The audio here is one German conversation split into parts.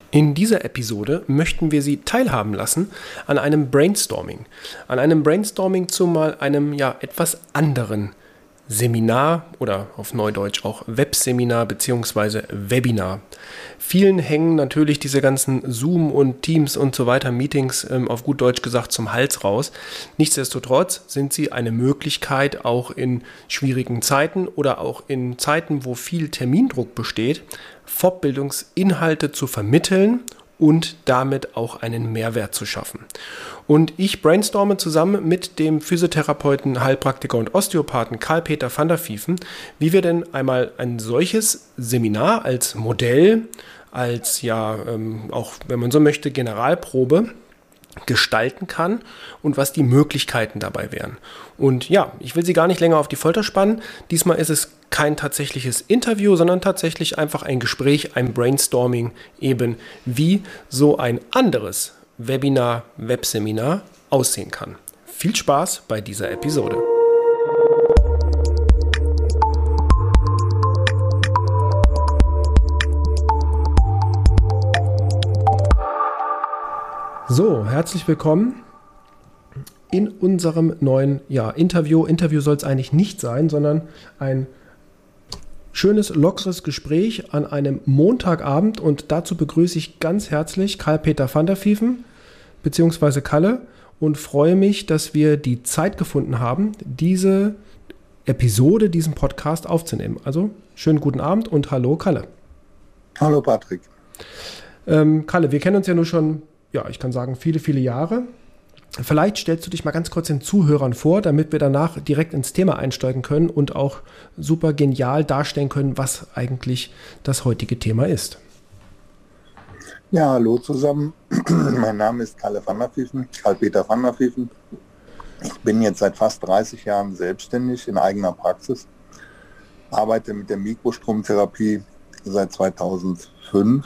In dieser Episode möchten wir Sie teilhaben lassen an einem Brainstorming. An einem Brainstorming zu mal einem etwas anderen Seminar oder auf Neudeutsch auch Webseminar bzw. Webinar. Vielen hängen natürlich diese ganzen Zoom und Teams und so weiter Meetings auf gut Deutsch gesagt zum Hals raus. Nichtsdestotrotz sind sie eine Möglichkeit, auch in schwierigen Zeiten oder auch in Zeiten, wo viel Termindruck besteht, Fortbildungsinhalte zu vermitteln und damit auch einen Mehrwert zu schaffen. Und ich brainstorme zusammen mit dem Physiotherapeuten, Heilpraktiker und Osteopathen Karl-Peter van der Vieven, wie wir denn einmal ein solches Seminar als Modell, als auch, wenn man so möchte, Generalprobe gestalten kann und was die Möglichkeiten dabei wären. Und ja, ich will Sie gar nicht länger auf die Folter spannen. Diesmal ist es kein tatsächliches Interview, sondern tatsächlich einfach ein Gespräch, ein Brainstorming eben, wie so ein anderes Webinar, Webseminar aussehen kann. Viel Spaß bei dieser Episode. So, herzlich willkommen in unserem neuen Interview. Interview soll es eigentlich nicht sein, sondern ein schönes, lockeres Gespräch an einem Montagabend. Und dazu begrüße ich ganz herzlich Karl-Peter van der Vieven bzw. Kalle und freue mich, dass wir die Zeit gefunden haben, diese Episode, diesen Podcast aufzunehmen. Also schönen guten Abend und hallo Kalle. Hallo Patrick. Kalle, wir kennen uns ja nur schon, ich kann sagen, viele, viele Jahre. Vielleicht stellst du dich mal ganz kurz den Zuhörern vor, damit wir danach direkt ins Thema einsteigen können und auch super genial darstellen können, was eigentlich das heutige Thema ist. Ja, hallo zusammen. Mein Name ist Karl-Peter van der Vieven. Ich bin jetzt seit fast 30 Jahren selbstständig in eigener Praxis, arbeite mit der Mikrostromtherapie seit 2005.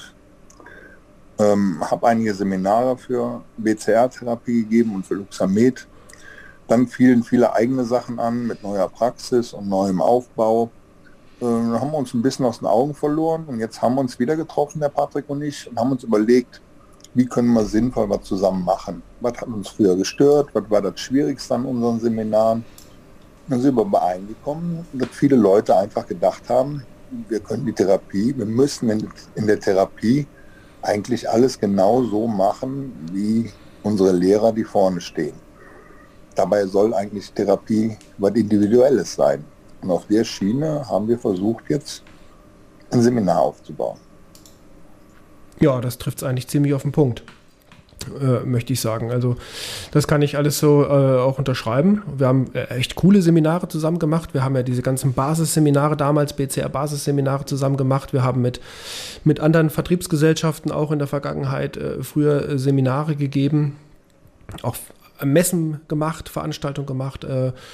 Habe einige Seminare für BCR-Therapie gegeben und für Luxamed. Dann fielen viele eigene Sachen an mit neuer Praxis und neuem Aufbau. Haben wir uns ein bisschen aus den Augen verloren und jetzt haben wir uns wieder getroffen, der Patrick und ich, und haben uns überlegt, wie können wir sinnvoll was zusammen machen. Was hat uns früher gestört, was war das Schwierigste an unseren Seminaren. Dann sind wir übereingekommen, dass viele Leute einfach gedacht haben, wir müssen in der Therapie eigentlich alles genau so machen, wie unsere Lehrer, die vorne stehen. Dabei soll eigentlich Therapie was Individuelles sein. Und auf der Schiene haben wir versucht, jetzt ein Seminar aufzubauen. Ja, das trifft es eigentlich ziemlich auf den Punkt, möchte ich sagen. Also das kann ich alles so auch unterschreiben. Wir haben echt coole Seminare zusammen gemacht. Wir haben ja diese ganzen Basisseminare damals, BCR-Basisseminare zusammen gemacht. Wir haben mit anderen Vertriebsgesellschaften auch in der Vergangenheit früher Seminare gegeben, auch Messen gemacht, Veranstaltungen gemacht.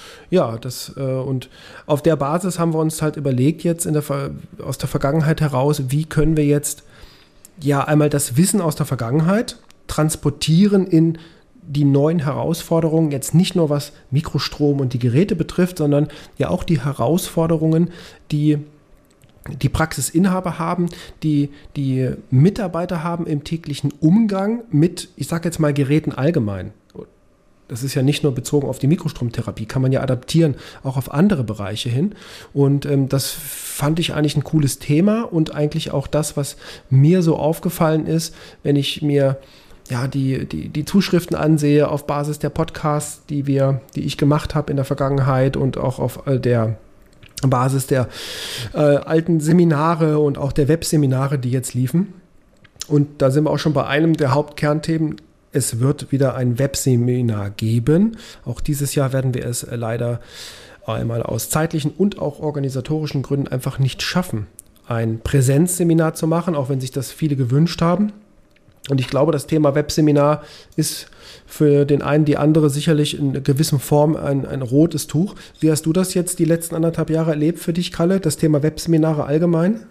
Und auf der Basis haben wir uns halt überlegt jetzt aus der Vergangenheit heraus, wie können wir jetzt einmal das Wissen aus der Vergangenheit transportieren in die neuen Herausforderungen, jetzt nicht nur was Mikrostrom und die Geräte betrifft, sondern ja auch die Herausforderungen, die Praxisinhaber haben, die Mitarbeiter haben im täglichen Umgang mit, ich sage jetzt mal, Geräten allgemein. Das ist ja nicht nur bezogen auf die Mikrostromtherapie, kann man ja adaptieren, auch auf andere Bereiche hin. Und das fand ich eigentlich ein cooles Thema und eigentlich auch das, was mir so aufgefallen ist, wenn ich mir die Zuschriften ansehe auf Basis der Podcasts, die ich gemacht habe in der Vergangenheit und auch auf der Basis der alten Seminare und auch der Webseminare, die jetzt liefen. Und da sind wir auch schon bei einem der Hauptkernthemen. Es wird wieder ein Webseminar geben. Auch dieses Jahr werden wir es leider einmal aus zeitlichen und auch organisatorischen Gründen einfach nicht schaffen, ein Präsenzseminar zu machen, auch wenn sich das viele gewünscht haben. Und ich glaube, das Thema Webseminar ist für den einen, die andere sicherlich in einer gewissen Form ein rotes Tuch. Wie hast du das jetzt die letzten 1,5 Jahre erlebt für dich, Kalle, das Thema Webseminare allgemein?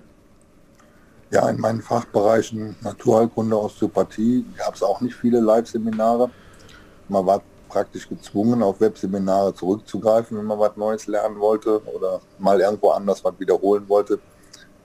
Ja, in meinen Fachbereichen Naturheilkunde, Osteopathie gab es auch nicht viele Live-Seminare. Man war praktisch gezwungen, auf Webseminare zurückzugreifen, wenn man was Neues lernen wollte oder mal irgendwo anders was wiederholen wollte.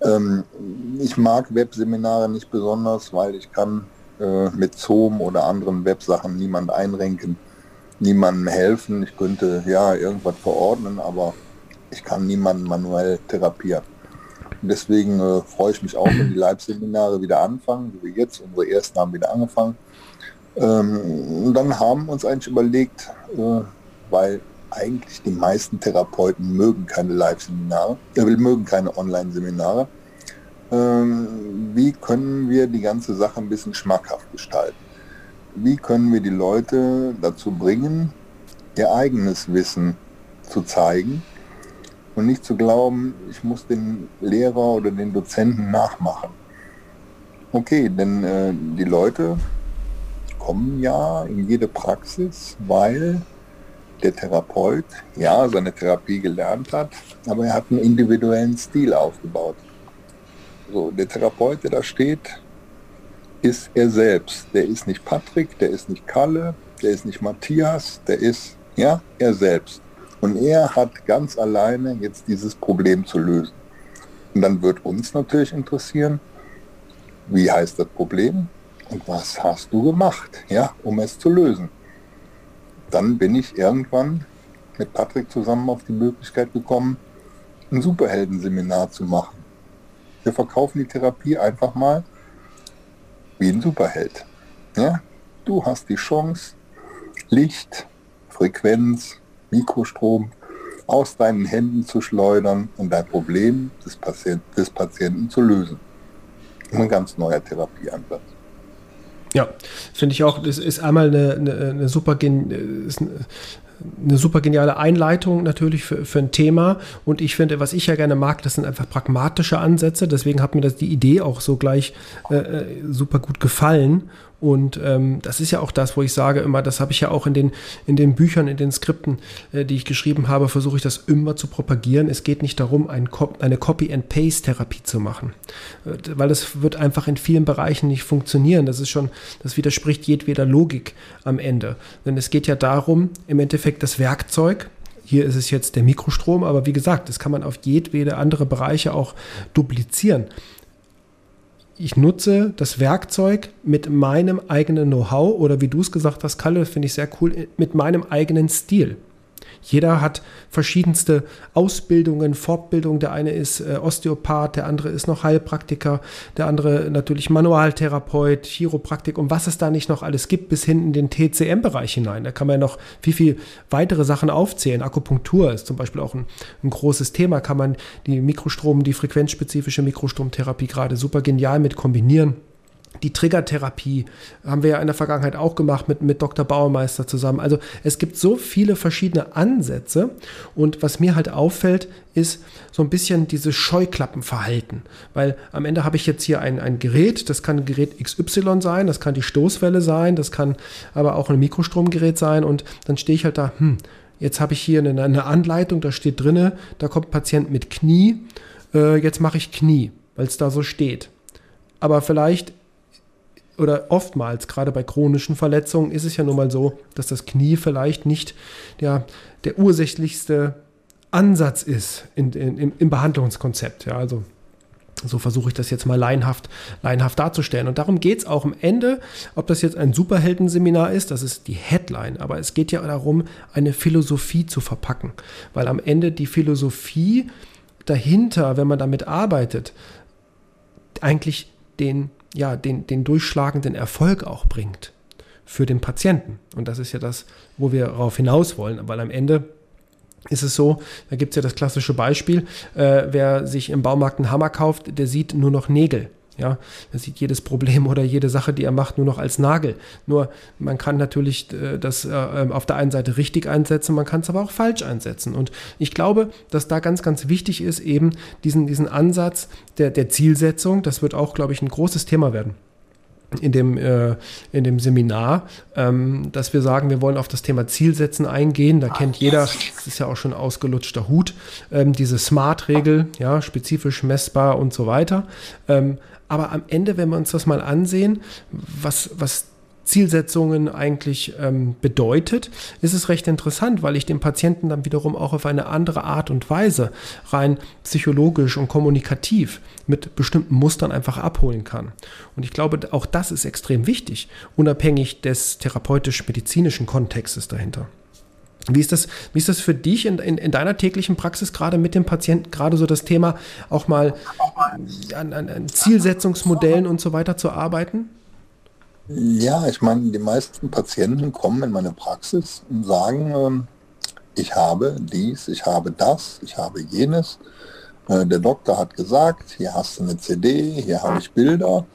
Ich mag Webseminare nicht besonders, weil ich kann mit Zoom oder anderen Websachen niemand einrenken, niemandem helfen. Ich könnte ja irgendwas verordnen, aber ich kann niemanden manuell therapieren. Und deswegen freue ich mich auch, wenn die Live-Seminare wieder anfangen, so wie jetzt. Unsere ersten haben wieder angefangen. Und dann haben wir uns eigentlich überlegt, weil eigentlich die meisten Therapeuten mögen keine Live-Seminare, mögen keine Online-Seminare. Wie können wir die ganze Sache ein bisschen schmackhaft gestalten? Wie können wir die Leute dazu bringen, ihr eigenes Wissen zu zeigen und nicht zu glauben, ich muss den Lehrer oder den Dozenten nachmachen? Okay, denn die Leute kommen ja in jede Praxis, weil der Therapeut ja seine Therapie gelernt hat, aber er hat einen individuellen Stil aufgebaut. So, der Therapeut, der da steht, ist er selbst. Der ist nicht Patrick, der ist nicht Kalle, der ist nicht Matthias, der ist ja er selbst. Und er hat ganz alleine jetzt dieses Problem zu lösen. Und dann wird uns natürlich interessieren, wie heißt das Problem und was hast du gemacht, ja, um es zu lösen. Dann bin ich irgendwann mit Patrick zusammen auf die Möglichkeit gekommen, ein Superheldenseminar zu machen. Wir verkaufen die Therapie einfach mal wie ein Superheld. Ja? Du hast die Chance, Licht, Frequenz, Mikrostrom aus deinen Händen zu schleudern und dein Problem des Patienten zu lösen. Ein ganz neuer Therapieansatz. Ja, finde ich auch, das ist einmal eine super geniale Einleitung natürlich für ein Thema, und ich finde, was ich ja gerne mag, das sind einfach pragmatische Ansätze, deswegen hat mir die Idee auch so gleich super gut gefallen. Und das ist ja auch das, wo ich sage immer, das habe ich ja auch in den Büchern, in den Skripten, die ich geschrieben habe, versuche ich das immer zu propagieren. Es geht nicht darum, eine Copy-and-Paste-Therapie zu machen, weil das wird einfach in vielen Bereichen nicht funktionieren. Das widerspricht jedweder Logik am Ende. Denn es geht ja darum, im Endeffekt das Werkzeug, hier ist es jetzt der Mikrostrom, aber wie gesagt, das kann man auf jedwede andere Bereiche auch duplizieren. Ich nutze das Werkzeug mit meinem eigenen Know-how oder wie du es gesagt hast, Kalle, finde ich sehr cool, mit meinem eigenen Stil. Jeder hat verschiedenste Ausbildungen, Fortbildungen. Der eine ist Osteopath, der andere ist noch Heilpraktiker, der andere natürlich Manualtherapeut, Chiropraktik und was es da nicht noch alles gibt, bis hin in den TCM-Bereich hinein. Da kann man ja noch viel weitere Sachen aufzählen. Akupunktur ist zum Beispiel auch ein großes Thema. Kann man die frequenzspezifische Mikrostromtherapie gerade super genial mit kombinieren. Die Triggertherapie haben wir ja in der Vergangenheit auch gemacht mit Dr. Bauermeister zusammen. Also es gibt so viele verschiedene Ansätze, und was mir halt auffällt, ist so ein bisschen dieses Scheuklappenverhalten, weil am Ende habe ich jetzt hier ein Gerät, das kann ein Gerät XY sein, das kann die Stoßwelle sein, das kann aber auch ein Mikrostromgerät sein, und dann stehe ich halt da, jetzt habe ich hier eine Anleitung, da steht drinne, da kommt ein Patient mit Knie, jetzt mache ich Knie, weil es da so steht. Aber vielleicht oder oftmals, gerade bei chronischen Verletzungen, ist es ja nun mal so, dass das Knie vielleicht nicht der ursächlichste Ansatz ist im Behandlungskonzept. Ja, also so versuche ich das jetzt mal laienhaft darzustellen. Und darum geht es auch am Ende, ob das jetzt ein Superheldenseminar ist, das ist die Headline, aber es geht ja darum, eine Philosophie zu verpacken, weil am Ende die Philosophie dahinter, wenn man damit arbeitet, eigentlich den durchschlagenden Erfolg auch bringt für den Patienten. Und das ist ja das, wo wir darauf hinaus wollen. Weil am Ende ist es so, da gibt es ja das klassische Beispiel, wer sich im Baumarkt einen Hammer kauft, der sieht nur noch Nägel. Ja, er sieht jedes Problem oder jede Sache, die er macht, nur noch als Nagel. Nur man kann natürlich das auf der einen Seite richtig einsetzen, man kann es aber auch falsch einsetzen. Und ich glaube, dass da ganz, ganz wichtig ist, eben diesen Ansatz der Zielsetzung, das wird auch, glaube ich, ein großes Thema werden in dem Seminar, dass wir sagen, wir wollen auf das Thema Zielsetzen eingehen. Da kennt jeder, das ist ja auch schon ausgelutschter Hut, diese SMART-Regel, ja, spezifisch, messbar und so weiter. Aber am Ende, wenn wir uns das mal ansehen, was Zielsetzungen eigentlich bedeutet, ist es recht interessant, weil ich den Patienten dann wiederum auch auf eine andere Art und Weise rein psychologisch und kommunikativ mit bestimmten Mustern einfach abholen kann. Und ich glaube, auch das ist extrem wichtig, unabhängig des therapeutisch-medizinischen Kontextes dahinter. Wie ist das für dich in deiner täglichen Praxis, gerade mit dem Patienten, gerade so das Thema auch mal an Zielsetzungsmodellen und so weiter zu arbeiten? Ja, ich meine, die meisten Patienten kommen in meine Praxis und sagen, ich habe dies, ich habe das, ich habe jenes. Der Doktor hat gesagt, hier hast du eine CD, hier habe ich Bilder.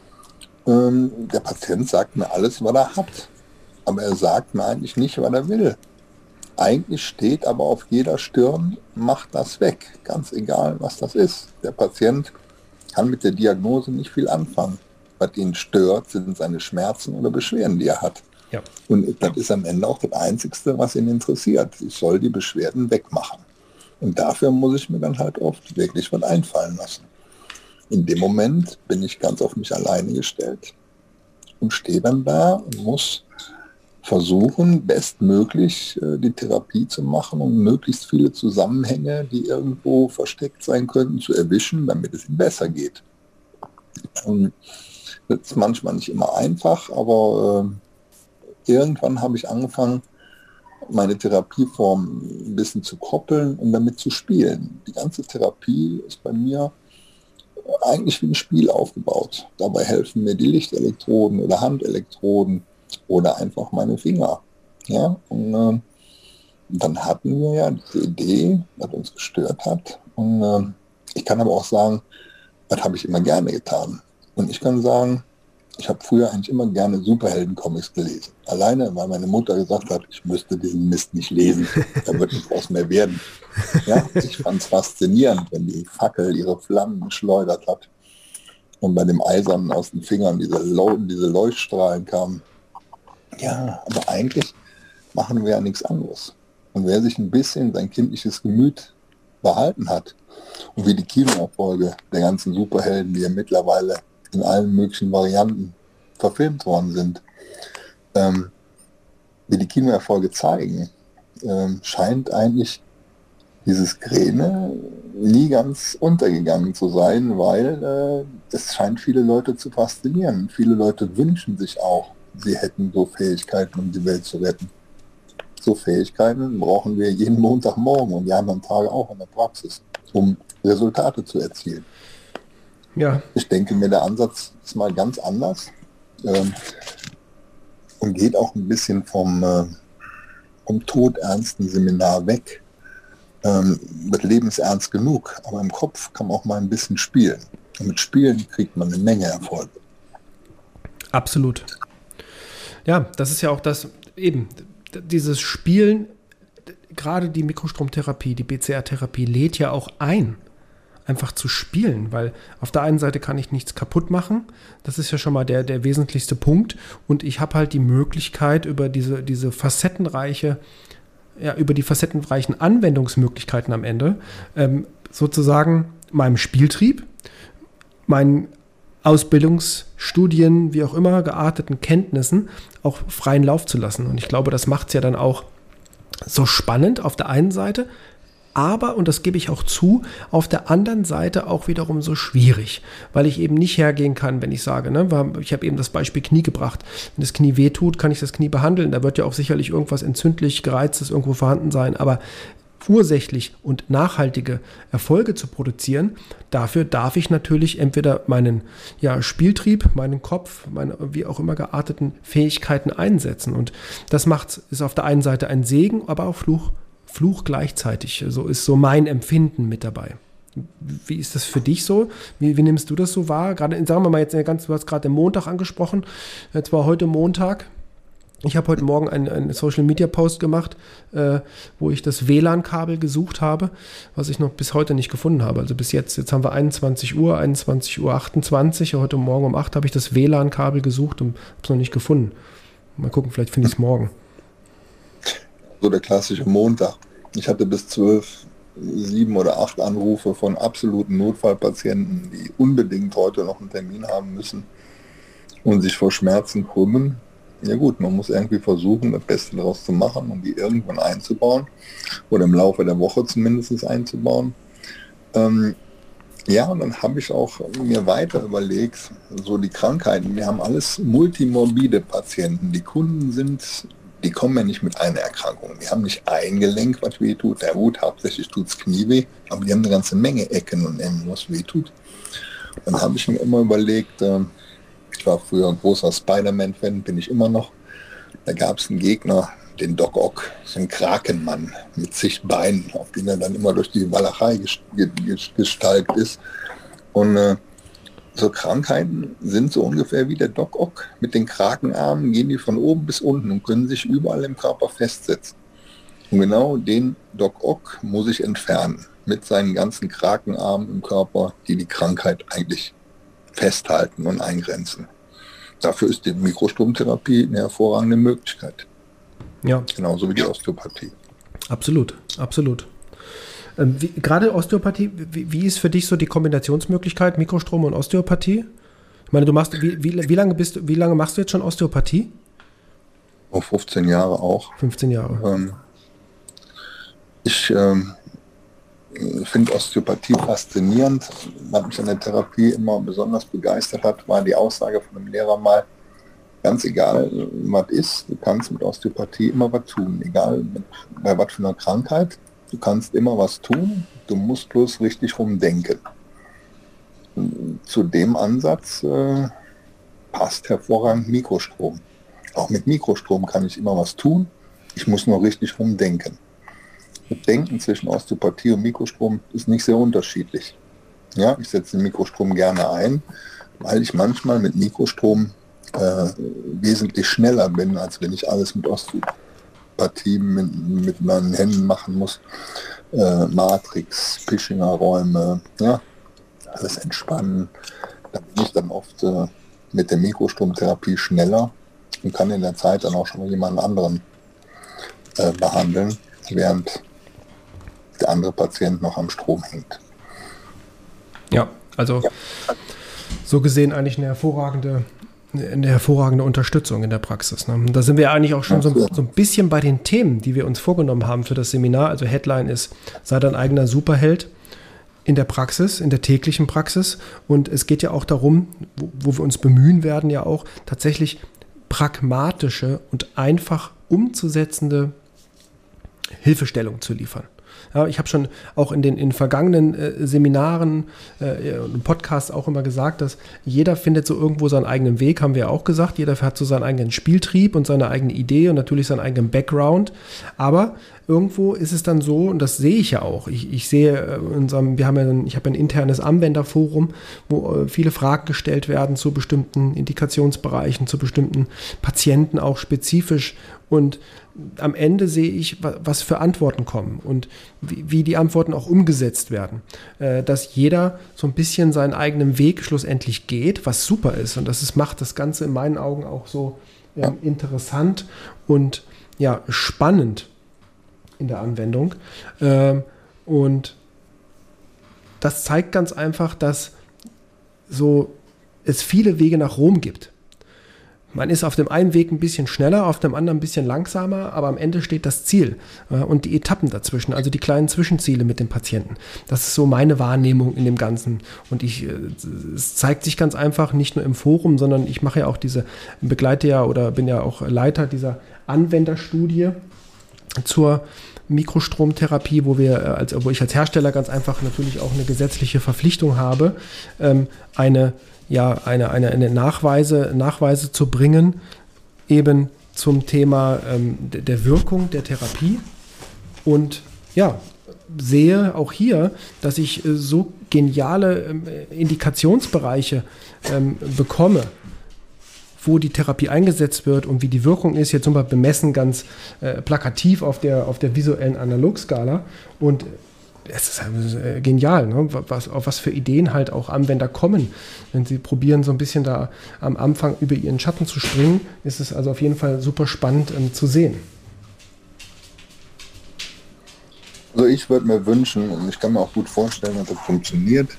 Der Patient sagt mir alles, was er hat. Aber er sagt mir eigentlich nicht, was er will. Eigentlich steht aber auf jeder Stirn, mach das weg. Ganz egal, was das ist. Der Patient kann mit der Diagnose nicht viel anfangen. Was ihn stört, sind seine Schmerzen oder Beschwerden, die er hat. Ja. Und das ist am Ende auch das Einzige, was ihn interessiert. Ich soll die Beschwerden wegmachen. Und dafür muss ich mir dann halt oft wirklich was einfallen lassen. In dem Moment bin ich ganz auf mich alleine gestellt und stehe dann da und muss versuchen, bestmöglich die Therapie zu machen, um möglichst viele Zusammenhänge, die irgendwo versteckt sein könnten, zu erwischen, damit es ihm besser geht. Und das ist manchmal nicht immer einfach, aber irgendwann habe ich angefangen, meine Therapieform ein bisschen zu koppeln und damit zu spielen. Die ganze Therapie ist bei mir eigentlich wie ein Spiel aufgebaut. Dabei helfen mir die Lichtelektroden oder Handelektroden oder einfach meine Finger. Ja? Und dann hatten wir ja diese Idee, was uns gestört hat. Und ich kann aber auch sagen, das habe ich immer gerne getan. Und ich kann sagen, ich habe früher eigentlich immer gerne Superhelden-Comics gelesen. Alleine, weil meine Mutter gesagt hat, ich müsste diesen Mist nicht lesen. Da wird nichts aus mehr werden. Ja, ich fand es faszinierend, wenn die Fackel ihre Flammen geschleudert hat und bei dem Eisernen aus den Fingern diese Leuchtstrahlen kamen. Ja, aber eigentlich machen wir ja nichts anderes. Und wer sich ein bisschen sein kindliches Gemüt behalten hat und wie die Kinoerfolge der ganzen Superhelden, die ja mittlerweile in allen möglichen Varianten verfilmt worden sind, wie die Kinoerfolge zeigen, scheint eigentlich dieses Gräne nie ganz untergegangen zu sein, weil es scheint viele Leute zu faszinieren. Viele Leute wünschen sich auch, sie hätten so Fähigkeiten, um die Welt zu retten. So Fähigkeiten brauchen wir jeden Montagmorgen und die anderen Tage auch in der Praxis, um Resultate zu erzielen. Ja. Ich denke mir, der Ansatz ist mal ganz anders und geht auch ein bisschen vom todernsten Seminar weg. Wird lebensernst genug, aber im Kopf kann man auch mal ein bisschen spielen. Und mit Spielen kriegt man eine Menge Erfolg. Absolut. Ja, das ist ja auch das, eben, dieses Spielen, gerade die Mikrostromtherapie, die BCR-Therapie lädt ja auch ein, einfach zu spielen, weil auf der einen Seite kann ich nichts kaputt machen, das ist ja schon mal der wesentlichste Punkt, und ich habe halt die Möglichkeit über diese facettenreichen Anwendungsmöglichkeiten am Ende, sozusagen meinem Spieltrieb, meinen Ausbildungsstudien, wie auch immer, gearteten Kenntnissen auch freien Lauf zu lassen. Und ich glaube, das macht es ja dann auch so spannend auf der einen Seite, aber, und das gebe ich auch zu, auf der anderen Seite auch wiederum so schwierig, weil ich eben nicht hergehen kann, wenn ich sage, ich habe eben das Beispiel Knie gebracht, wenn das Knie wehtut, kann ich das Knie behandeln, da wird ja auch sicherlich irgendwas entzündlich Gereiztes irgendwo vorhanden sein, aber ursächlich und nachhaltige Erfolge zu produzieren, dafür darf ich natürlich entweder meinen Spieltrieb, meinen Kopf, meine wie auch immer gearteten Fähigkeiten einsetzen, und das ist auf der einen Seite ein Segen, aber auch Fluch gleichzeitig. So ist so mein Empfinden mit dabei. Wie ist das für dich so? Wie nimmst du das so wahr? Gerade, sagen wir mal jetzt du hast gerade den Montag angesprochen. Jetzt war heute Montag. Ich habe heute Morgen einen Social-Media-Post gemacht, wo ich das WLAN-Kabel gesucht habe, was ich noch bis heute nicht gefunden habe. Also bis jetzt haben wir 21 Uhr, 21:28 Uhr. Heute Morgen um 8 habe ich das WLAN-Kabel gesucht und habe es noch nicht gefunden. Mal gucken, vielleicht finde ich es morgen. So der klassische Montag. Ich hatte bis 12, 7 oder 8 Anrufe von absoluten Notfallpatienten, die unbedingt heute noch einen Termin haben müssen und sich vor Schmerzen krümmen. Ja gut, man muss irgendwie versuchen, das Beste daraus zu machen und die irgendwann einzubauen oder im Laufe der Woche zumindest einzubauen. Ja, und dann habe ich auch mir weiter überlegt, so die Krankheiten, wir haben alles multimorbide Patienten. Die Kunden die kommen ja nicht mit einer Erkrankung. Die haben nicht ein Gelenk, was weh tut. Ja gut, hauptsächlich tut es Knie weh, aber die haben eine ganze Menge Ecken und Enden, was weh tut. Dann habe ich mir immer überlegt, ich war früher ein großer Spider-Man-Fan, bin ich immer noch. Da gab es einen Gegner, den Doc Ock, so ein Krakenmann mit zig Beinen, auf den er dann immer durch die Walachei gestalkt ist. Und so Krankheiten sind so ungefähr wie der Doc Ock. Mit den Krakenarmen gehen die von oben bis unten und können sich überall im Körper festsetzen. Und genau den Doc Ock muss ich entfernen, mit seinen ganzen Krakenarmen im Körper, die die Krankheit eigentlich festhalten und eingrenzen. Dafür ist die Mikrostromtherapie eine hervorragende Möglichkeit. Ja. Genauso wie die Osteopathie. Absolut, absolut. Gerade Osteopathie, wie ist für dich so die Kombinationsmöglichkeit Mikrostrom und Osteopathie? Ich meine, du machst, wie lange machst du jetzt schon Osteopathie? Auf 15 Jahre auch. 15 Jahre. Ich finde Osteopathie faszinierend. Was mich an der Therapie immer besonders begeistert hat, war die Aussage von einem Lehrer mal, ganz egal, was ist, du kannst mit Osteopathie immer was tun. Egal bei was für einer Krankheit, du kannst immer was tun, du musst bloß richtig rumdenken. Zu dem Ansatz passt hervorragend Mikrostrom. Auch mit Mikrostrom kann ich immer was tun, ich muss nur richtig rumdenken. Das Denken zwischen Osteopathie und Mikrostrom ist nicht sehr unterschiedlich. Ja, ich setze den Mikrostrom gerne ein, weil ich manchmal mit Mikrostrom wesentlich schneller bin, als wenn ich alles mit Osteopathie mit meinen Händen machen muss. Matrix, Pischinger-Räume, ja, alles entspannen. Da bin ich dann oft mit der Mikrostromtherapie schneller und kann in der Zeit dann auch schon mal jemanden anderen behandeln, während der andere Patient noch am Strom hängt. Ja, also so gesehen eigentlich eine hervorragende Unterstützung in der Praxis. Ne? Da sind wir eigentlich auch schon so ein bisschen bei den Themen, die wir uns vorgenommen haben für das Seminar. Also Headline ist, sei dein eigener Superheld in der Praxis, in der täglichen Praxis. Und es geht ja auch darum, wo wir uns bemühen werden, ja auch tatsächlich pragmatische und einfach umzusetzende Hilfestellung zu liefern. Ja, ich habe schon auch in den vergangenen Seminaren und Podcasts auch immer gesagt, dass jeder findet so irgendwo seinen eigenen Weg, haben wir ja auch gesagt. Jeder hat so seinen eigenen Spieltrieb und seine eigene Idee und natürlich seinen eigenen Background. Aber irgendwo ist es dann so, und das sehe ich ja auch, ich sehe, ich habe ein internes Anwenderforum, wo viele Fragen gestellt werden zu bestimmten Indikationsbereichen, zu bestimmten Patienten auch spezifisch. Und am Ende sehe ich, was für Antworten kommen und wie die Antworten auch umgesetzt werden. Dass jeder so ein bisschen seinen eigenen Weg schlussendlich geht, was super ist. Und macht das Ganze in meinen Augen auch so interessant und ja, spannend in der Anwendung. Und das zeigt ganz einfach, dass es viele Wege nach Rom gibt. Man ist auf dem einen Weg ein bisschen schneller, auf dem anderen ein bisschen langsamer, aber am Ende steht das Ziel und die Etappen dazwischen, also die kleinen Zwischenziele mit dem Patienten. Das ist so meine Wahrnehmung in dem Ganzen. Und es zeigt sich ganz einfach nicht nur im Forum, sondern ich mache ja auch bin ja auch Leiter dieser Anwenderstudie zur Mikrostromtherapie, wo ich als Hersteller ganz einfach natürlich auch eine gesetzliche Verpflichtung habe, eine Nachweise zu bringen, eben zum Thema der Wirkung der Therapie. Und ja, sehe auch hier, dass ich so geniale Indikationsbereiche bekomme, wo die Therapie eingesetzt wird und wie die Wirkung ist, jetzt zum Beispiel bemessen ganz plakativ auf der visuellen Analogskala. Und es ist genial, ne? Auf was für Ideen halt auch Anwender kommen. Wenn sie probieren, so ein bisschen da am Anfang über ihren Schatten zu springen, ist es also auf jeden Fall super spannend zu sehen. Also ich würde mir wünschen, und ich kann mir auch gut vorstellen, dass das funktioniert,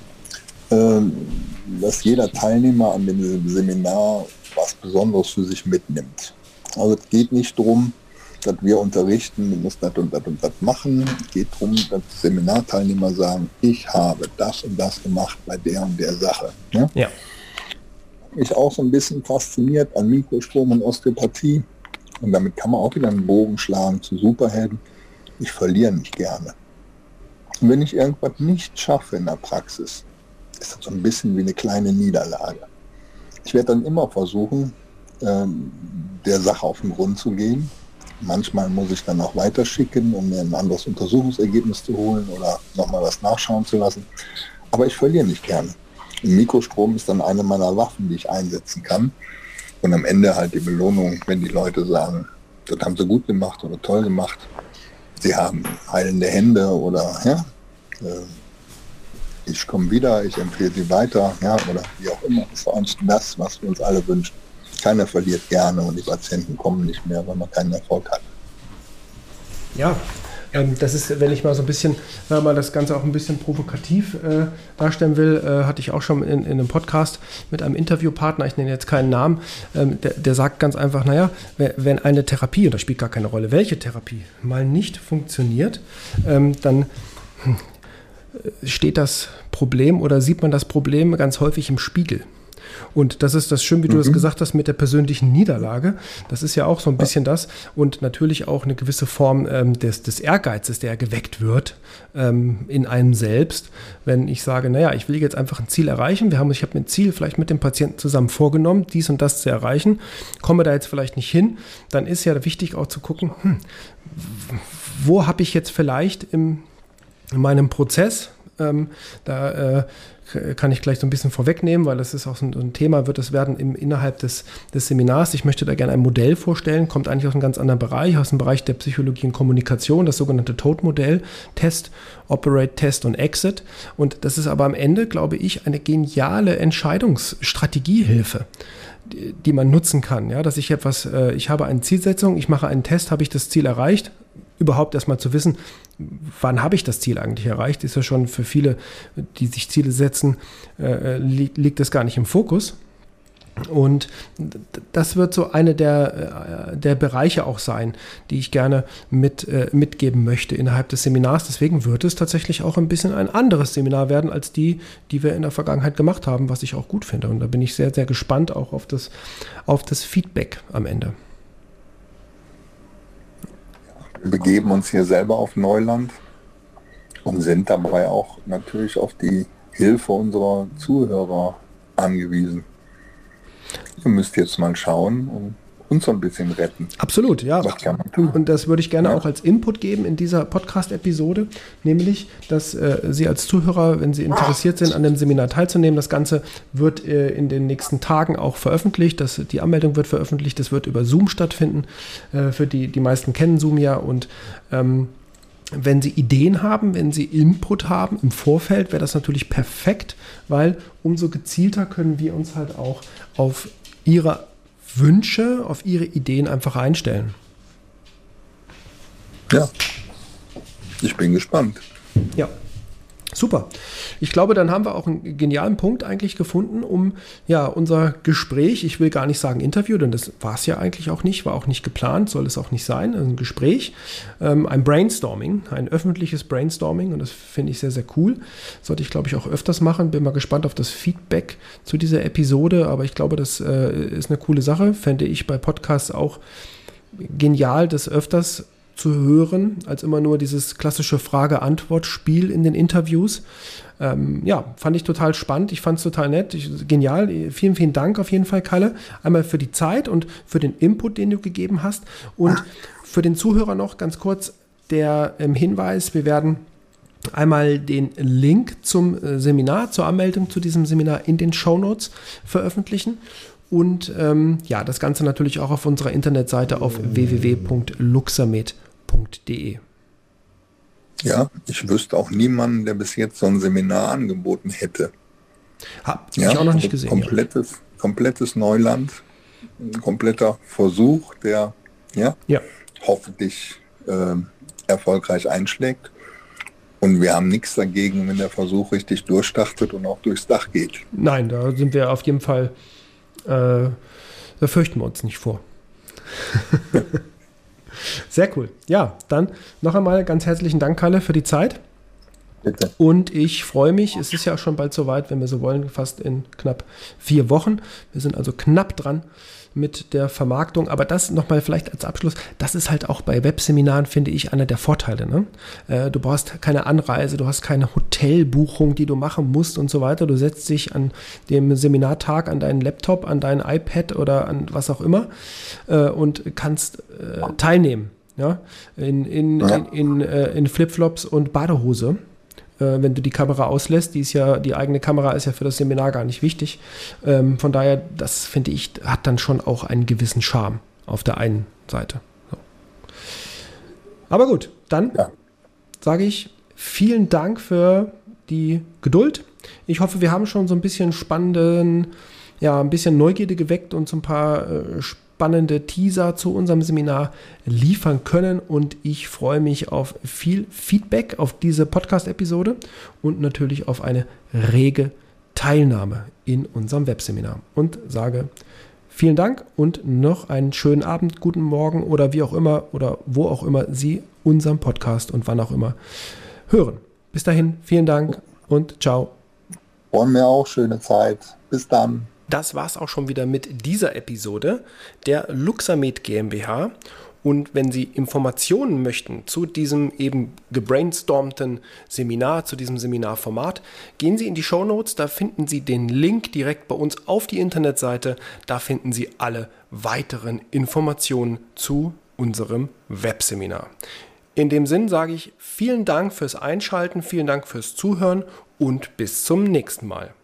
dass jeder Teilnehmer an dem Seminar was Besonderes für sich mitnimmt. Also es geht nicht darum, dass wir unterrichten, du musst das und das und das machen. Es geht darum, dass Seminarteilnehmer sagen, ich habe das und das gemacht bei der und der Sache. Ne? Ja. Mich auch so ein bisschen fasziniert an Mikrostrom und Osteopathie. Und damit kann man auch wieder einen Bogen schlagen zu Superhelden. Ich verliere nicht gerne. Und wenn ich irgendwas nicht schaffe in der Praxis, ist das so ein bisschen wie eine kleine Niederlage. Ich werde dann immer versuchen, der Sache auf den Grund zu gehen. Manchmal muss ich dann auch weiterschicken, um mir ein anderes Untersuchungsergebnis zu holen oder nochmal was nachschauen zu lassen. Aber ich verliere nicht gerne. Ein Mikrostrom ist dann eine meiner Waffen, die ich einsetzen kann. Und am Ende halt die Belohnung, wenn die Leute sagen, das haben sie gut gemacht oder toll gemacht. Sie haben heilende Hände oder ja, ich komme wieder, ich empfehle sie weiter, ja, oder wie auch immer. Das ist eigentlich das, was wir uns alle wünschen. Keiner verliert gerne und die Patienten kommen nicht mehr, weil man keinen Erfolg hat. Ja, das ist, wenn ich mal so ein bisschen, mal das Ganze auch ein bisschen provokativ darstellen will, hatte ich auch schon in einem Podcast mit einem Interviewpartner, ich nenne jetzt keinen Namen, der sagt ganz einfach, naja, wenn eine Therapie, und das spielt gar keine Rolle, welche Therapie, mal nicht funktioniert, dann steht das Problem oder sieht man das Problem ganz häufig im Spiegel. Und das ist das schön, wie du das gesagt hast, mit der persönlichen Niederlage. Das ist ja auch so ein bisschen das. Und natürlich auch eine gewisse Form des Ehrgeizes, der geweckt wird in einem selbst. Wenn ich sage, naja, ich will jetzt einfach ein Ziel erreichen. Ich habe mir ein Ziel vielleicht mit dem Patienten zusammen vorgenommen, dies und das zu erreichen. Komme da jetzt vielleicht nicht hin. Dann ist ja wichtig auch zu gucken, wo habe ich jetzt vielleicht in meinem Prozess, da kann ich gleich so ein bisschen vorwegnehmen, weil das ist auch so ein Thema, wird es werden innerhalb des Seminars. Ich möchte da gerne ein Modell vorstellen, kommt eigentlich aus einem ganz anderen Bereich, aus dem Bereich der Psychologie und Kommunikation, das sogenannte TOAD-Modell, Test, Operate, Test und Exit. Und das ist aber am Ende, glaube ich, eine geniale Entscheidungsstrategiehilfe, die man nutzen kann. Ja, dass ich ich habe eine Zielsetzung, ich mache einen Test, habe ich das Ziel erreicht? Überhaupt erstmal zu wissen, wann habe ich das Ziel eigentlich erreicht, ist ja schon für viele, die sich Ziele setzen, liegt das gar nicht im Fokus. Und das wird so eine der Bereiche auch sein, die ich gerne mitgeben möchte innerhalb des Seminars. Deswegen wird es tatsächlich auch ein bisschen ein anderes Seminar werden, als die wir in der Vergangenheit gemacht haben, was ich auch gut finde. Und da bin ich sehr, sehr gespannt auch auf das Feedback am Ende. Wir begeben uns hier selber auf Neuland und sind dabei auch natürlich auf die Hilfe unserer Zuhörer angewiesen. Ihr müsst jetzt mal schauen und uns so ein bisschen retten. Absolut, ja. Was kann man tun? Und das würde ich gerne auch als Input geben in dieser Podcast-Episode, nämlich, dass Sie als Zuhörer, wenn Sie interessiert sind, an dem Seminar teilzunehmen, das Ganze wird in den nächsten Tagen auch veröffentlicht, die Anmeldung wird veröffentlicht, das wird über Zoom stattfinden, für die meisten kennen Zoom ja und wenn Sie Ideen haben, wenn Sie Input haben im Vorfeld, wäre das natürlich perfekt, weil umso gezielter können wir uns halt auch auf Ihre Wünsche, auf Ihre Ideen einfach einstellen. Ja, ich bin gespannt. Ja, super. Ich glaube, dann haben wir auch einen genialen Punkt eigentlich gefunden, um ja unser Gespräch, ich will gar nicht sagen Interview, denn das war es ja eigentlich auch nicht, war auch nicht geplant, soll es auch nicht sein, ein Gespräch, ein Brainstorming, ein öffentliches Brainstorming und das finde ich sehr, sehr cool. Sollte ich, glaube ich, auch öfters machen. Bin mal gespannt auf das Feedback zu dieser Episode, aber ich glaube, das ist eine coole Sache, fände ich bei Podcasts auch genial, das öfters zu hören, als immer nur dieses klassische Frage-Antwort-Spiel in den Interviews. Fand ich total spannend. Ich fand es total nett. Genial. Vielen, vielen Dank auf jeden Fall, Kalle. Einmal für die Zeit und für den Input, den du gegeben hast. Und für den Zuhörer noch ganz kurz der Hinweis, wir werden einmal den Link zum Seminar, zur Anmeldung zu diesem Seminar in den Shownotes veröffentlichen. Und das Ganze natürlich auch auf unserer Internetseite auf www.luxamed.de. Ja, ich wüsste auch niemanden, der bis jetzt so ein Seminar angeboten hätte. Habe ich auch noch nicht gesehen. Komplettes Neuland, ein kompletter Versuch, der hoffentlich erfolgreich einschlägt. Und wir haben nichts dagegen, wenn der Versuch richtig durchstartet und auch durchs Dach geht. Nein, da sind wir auf jeden Fall, da fürchten wir uns nicht vor. Sehr cool. Ja, dann noch einmal ganz herzlichen Dank, Kalle, für die Zeit. Bitte. Und ich freue mich, es ist ja schon bald soweit, wenn wir so wollen, fast in knapp 4 Wochen. Wir sind also knapp dran mit der Vermarktung, aber das nochmal vielleicht als Abschluss, das ist halt auch bei Webseminaren, finde ich, einer der Vorteile. Ne? Du brauchst keine Anreise, du hast keine Hotelbuchung, die du machen musst und so weiter. Du setzt dich an dem Seminartag an deinen Laptop, an dein iPad oder an was auch immer und kannst teilnehmen. Ja? In Flipflops und Badehose. Wenn du die Kamera auslässt, die eigene Kamera ist ja für das Seminar gar nicht wichtig. Von daher, das finde ich, hat dann schon auch einen gewissen Charme auf der einen Seite. So. Aber gut, dann sage ich vielen Dank für die Geduld. Ich hoffe, wir haben schon so ein bisschen ein bisschen Neugierde geweckt und so ein paar spannende Teaser zu unserem Seminar liefern können, und ich freue mich auf viel Feedback auf diese Podcast-Episode und natürlich auf eine rege Teilnahme in unserem Webseminar und sage vielen Dank und noch einen schönen Abend, guten Morgen oder wie auch immer oder wo auch immer Sie unseren Podcast und wann auch immer hören. Bis dahin, vielen Dank und ciao. Wollen wir auch, schöne Zeit. Bis dann. Das war's auch schon wieder mit dieser Episode der Luxamed GmbH. Und wenn Sie Informationen möchten zu diesem eben gebrainstormten Seminar, zu diesem Seminarformat, gehen Sie in die Shownotes, da finden Sie den Link direkt bei uns auf die Internetseite. Da finden Sie alle weiteren Informationen zu unserem Webseminar. In dem Sinn sage ich vielen Dank fürs Einschalten, vielen Dank fürs Zuhören und bis zum nächsten Mal.